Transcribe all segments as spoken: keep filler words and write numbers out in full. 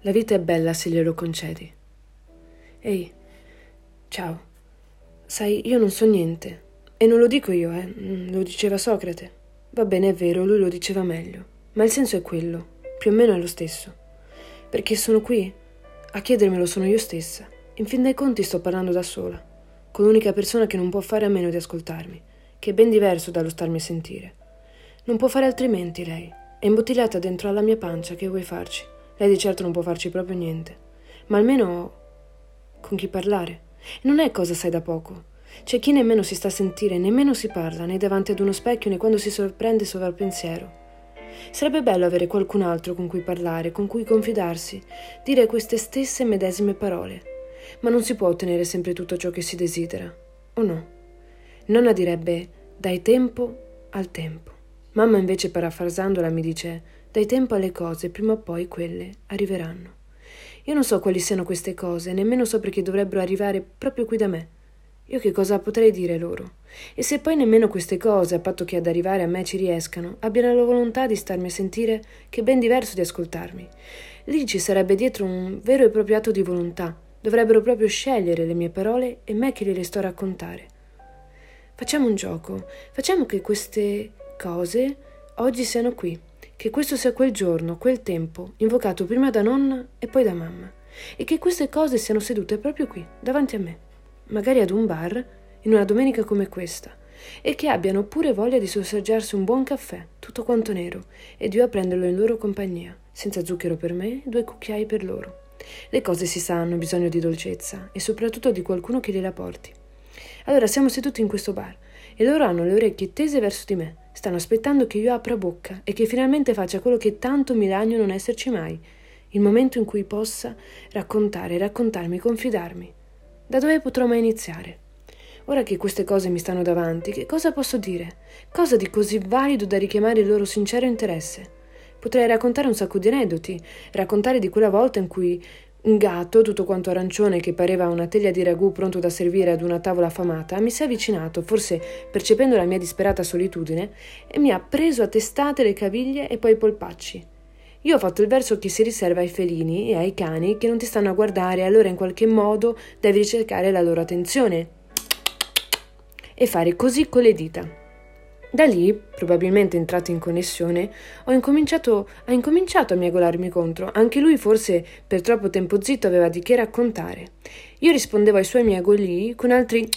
La vita è bella se glielo concedi. Ehi, ciao. Sai, io non so niente. E non lo dico io, eh. Lo diceva Socrate. Va bene, è vero, lui lo diceva meglio. Ma il senso è quello. Più o meno è lo stesso. Perché sono qui. A chiedermelo sono io stessa. In fin dei conti sto parlando da sola. Con l'unica persona che non può fare a meno di ascoltarmi. Che è ben diverso dallo starmi a sentire. Non può fare altrimenti, lei. È imbottigliata dentro alla mia pancia, che vuoi farci? Lei di certo non può farci proprio niente. Ma almeno con chi parlare. E non è cosa sai da poco. C'è chi nemmeno si sta a sentire, nemmeno si parla, né davanti ad uno specchio, né quando si sorprende sopra il pensiero. Sarebbe bello avere qualcun altro con cui parlare, con cui confidarsi, dire queste stesse medesime parole. Ma non si può ottenere sempre tutto ciò che si desidera, o no? Nonna direbbe, dai tempo al tempo. Mamma invece, parafrasandola, mi dice, dai tempo alle cose, prima o poi quelle arriveranno. Io non so quali siano queste cose, nemmeno so perché dovrebbero arrivare proprio qui da me. Io che cosa potrei dire loro? E se poi nemmeno queste cose, a patto che ad arrivare a me ci riescano, abbiano la volontà di starmi a sentire, che è ben diverso di ascoltarmi. Lì ci sarebbe dietro un vero e proprio atto di volontà. Dovrebbero proprio scegliere le mie parole e me che gliele sto a raccontare. Facciamo un gioco. Facciamo che queste cose oggi siano qui. Che questo sia quel giorno, quel tempo, invocato prima da nonna e poi da mamma. E che queste cose siano sedute proprio qui, davanti a me. Magari ad un bar, in una domenica come questa, e che abbiano pure voglia di sorseggiarsi un buon caffè, tutto quanto nero, ed io a prenderlo in loro compagnia, senza zucchero per me, due cucchiai per loro. Le cose si sa, hanno bisogno di dolcezza, e soprattutto di qualcuno che gliela porti. Allora siamo seduti in questo bar, e loro hanno le orecchie tese verso di me, stanno aspettando che io apra bocca, e che finalmente faccia quello che tanto mi ragno non esserci mai, il momento in cui possa raccontare, raccontarmi, confidarmi. Da dove potrò mai iniziare? Ora che queste cose mi stanno davanti, che cosa posso dire? Cosa di così valido da richiamare il loro sincero interesse? Potrei raccontare un sacco di aneddoti, raccontare di quella volta in cui un gatto, tutto quanto arancione, che pareva una teglia di ragù pronto da servire ad una tavola affamata, mi si è avvicinato, forse percependo la mia disperata solitudine, e mi ha preso a testate le caviglie e poi i polpacci. Io ho fatto il verso che si riserva ai felini e ai cani che non ti stanno a guardare, e allora in qualche modo devi ricercare la loro attenzione e fare così con le dita. Da lì, probabilmente entrato in connessione, ho incominciato, ha incominciato a miagolarmi contro. Anche lui forse per troppo tempo zitto aveva di che raccontare. Io rispondevo ai suoi miagolii con altri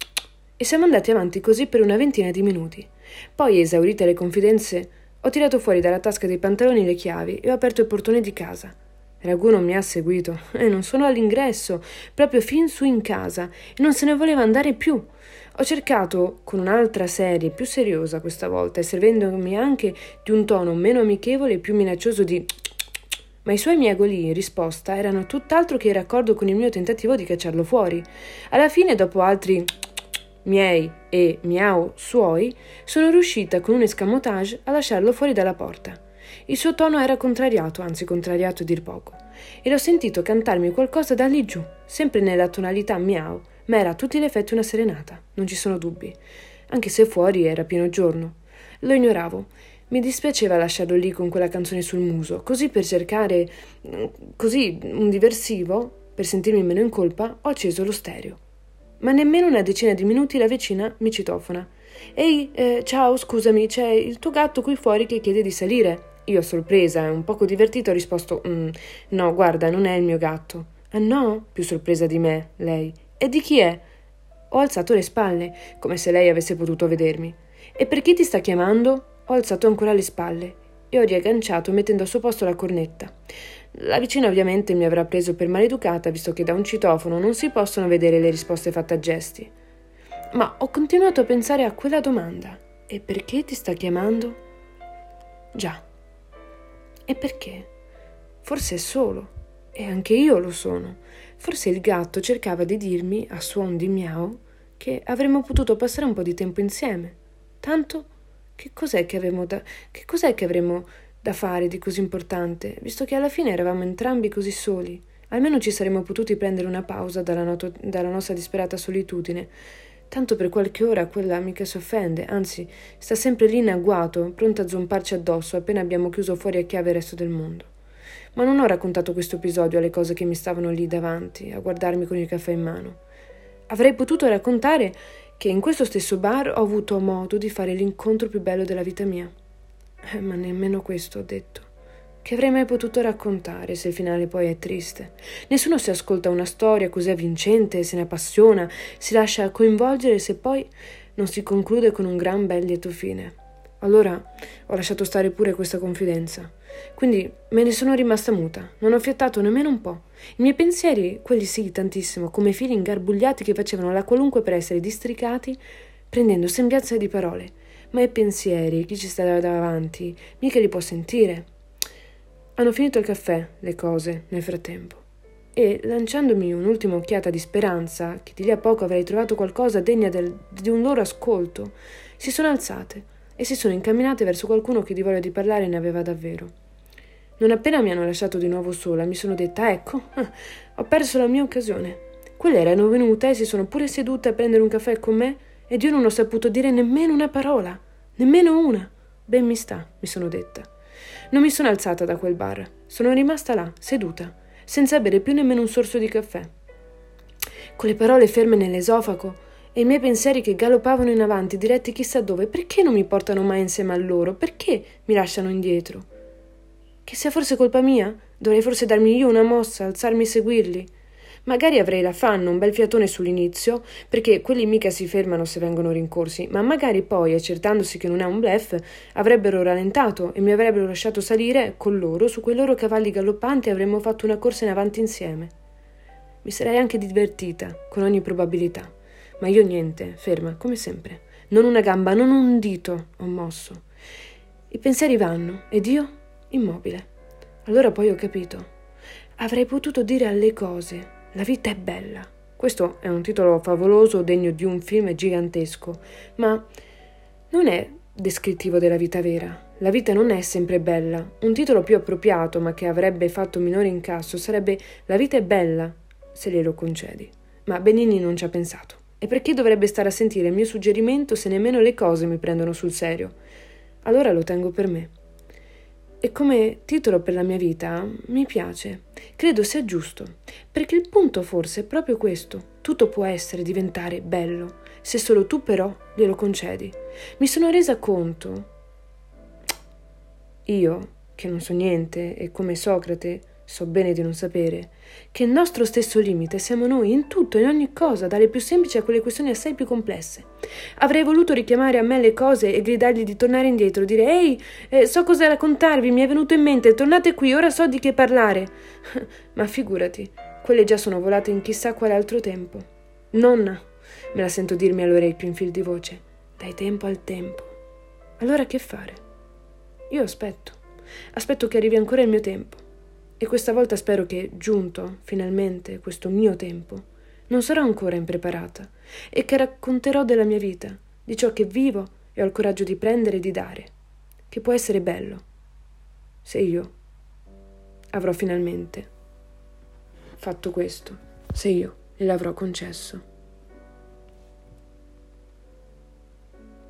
e siamo andati avanti così per una ventina di minuti. Poi, esaurite le confidenze, ho tirato fuori dalla tasca dei pantaloni le chiavi e ho aperto il portone di casa. Ragù non mi ha seguito e non sono all'ingresso, proprio fin su in casa, e non se ne voleva andare più. Ho cercato, con un'altra serie più seriosa questa volta, e servendomi anche di un tono meno amichevole e più minaccioso di ma i suoi miagolii in risposta erano tutt'altro che in raccordo con il mio tentativo di cacciarlo fuori. Alla fine, dopo altri miei e miau suoi, sono riuscita con un escamotage a lasciarlo fuori dalla porta. Il suo tono era contrariato, anzi contrariato a dir poco, e l'ho sentito cantarmi qualcosa da lì giù, sempre nella tonalità miau, ma era a tutti gli effetti una serenata, non ci sono dubbi, anche se fuori era pieno giorno. Lo ignoravo. Mi dispiaceva lasciarlo lì con quella canzone sul muso, così per cercare, così, un diversivo, per sentirmi meno in colpa, ho acceso lo stereo. Ma nemmeno una decina di minuti la vicina mi citofona. «Ehi, eh, ciao, scusami, c'è il tuo gatto qui fuori che chiede di salire». Io, sorpresa e un poco divertita, ho risposto mm, «No, guarda, non è il mio gatto». «Ah no?» Più sorpresa di me, lei. «E di chi è?» Ho alzato le spalle, come se lei avesse potuto vedermi. «E per chi ti sta chiamando?» Ho alzato ancora le spalle e ho riagganciato mettendo al suo posto la cornetta. La vicina ovviamente mi avrà preso per maleducata, visto che da un citofono non si possono vedere le risposte fatte a gesti. Ma ho continuato a pensare a quella domanda. E perché ti sta chiamando? Già. E perché? Forse è solo. E anche io lo sono. Forse il gatto cercava di dirmi, a suon di miau, che avremmo potuto passare un po' di tempo insieme. Tanto, che cos'è che avremmo da, che cos'è che avremmo da fare di così importante, visto che alla fine eravamo entrambi così soli? Almeno ci saremmo potuti prendere una pausa dalla, noto, dalla nostra disperata solitudine. Tanto per qualche ora quella mica si offende, anzi, sta sempre lì in agguato, pronta a zomparci addosso appena abbiamo chiuso fuori a chiave il resto del mondo. Ma non ho raccontato questo episodio alle cose che mi stavano lì davanti, a guardarmi con il caffè in mano. Avrei potuto raccontare che in questo stesso bar ho avuto modo di fare l'incontro più bello della vita mia. Eh, ma nemmeno questo ho detto. Che avrei mai potuto raccontare se il finale poi è triste? Nessuno si ascolta una storia così avvincente, se ne appassiona, si lascia coinvolgere se poi non si conclude con un gran bel lieto fine. Allora ho lasciato stare pure questa confidenza. Quindi me ne sono rimasta muta, non ho fiatato nemmeno un po'. I miei pensieri, quelli sì, tantissimo, come fili ingarbugliati che facevano la qualunque per essere districati, prendendo sembianze di parole. Ma i pensieri, chi ci sta davanti, mica li può sentire. Hanno finito il caffè, le cose, nel frattempo. E, lanciandomi un'ultima occhiata di speranza, che di lì a poco avrei trovato qualcosa degna del, di un loro ascolto, si sono alzate e si sono incamminate verso qualcuno che di voglia di parlare ne aveva davvero. Non appena mi hanno lasciato di nuovo sola, mi sono detta, ecco, ho perso la mia occasione. Quelle erano venute e si sono pure sedute a prendere un caffè con me ed io non ho saputo dire nemmeno una parola, nemmeno una. Ben mi sta, mi sono detta. Non mi sono alzata da quel bar, sono rimasta là, seduta, senza bere più nemmeno un sorso di caffè. Con le parole ferme nell'esofago e i miei pensieri che galoppavano in avanti, diretti chissà dove, perché non mi portano mai insieme a loro? Perché mi lasciano indietro? Che sia forse colpa mia? Dovrei forse darmi io una mossa, alzarmi e seguirli? Magari avrei l'affanno, un bel fiatone sull'inizio, perché quelli mica si fermano se vengono rincorsi, ma magari poi, accertandosi che non è un bluff, avrebbero rallentato e mi avrebbero lasciato salire con loro su quei loro cavalli galoppanti e avremmo fatto una corsa in avanti insieme. Mi sarei anche divertita, con ogni probabilità. Ma io niente, ferma, come sempre. Non una gamba, non un dito ho mosso. I pensieri vanno, ed io immobile. Allora poi ho capito. Avrei potuto dire alle cose: la vita è bella. Questo è un titolo favoloso degno di un film gigantesco, ma non è descrittivo della vita vera. La vita non è sempre bella. Un titolo più appropriato, ma che avrebbe fatto minore incasso, sarebbe La vita è bella, se glielo concedi. Ma Benigni non ci ha pensato. E perché dovrebbe stare a sentire il mio suggerimento se nemmeno le cose mi prendono sul serio? Allora lo tengo per me. E come titolo per la mia vita mi piace, credo sia giusto, perché il punto forse è proprio questo: tutto può essere, diventare bello, se solo tu però glielo concedi. Mi sono resa conto, io che non so niente e come Socrate so bene di non sapere, che il nostro stesso limite siamo noi in tutto e in ogni cosa, dalle più semplici a quelle questioni assai più complesse. Avrei voluto richiamare a me le cose e gridargli di tornare indietro, dire «Ehi, eh, so cosa raccontarvi, mi è venuto in mente, tornate qui, ora so di che parlare». Ma figurati, quelle già sono volate in chissà quale altro tempo. «Nonna», me la sento dirmi all'orecchio in fil di voce, «dai tempo al tempo». Allora che fare? Io aspetto, aspetto che arrivi ancora il mio tempo. E questa volta spero che, giunto, finalmente, questo mio tempo, non sarò ancora impreparata e che racconterò della mia vita, di ciò che vivo e ho il coraggio di prendere e di dare, che può essere bello, se io avrò finalmente fatto questo, se io gliel'avrò concesso.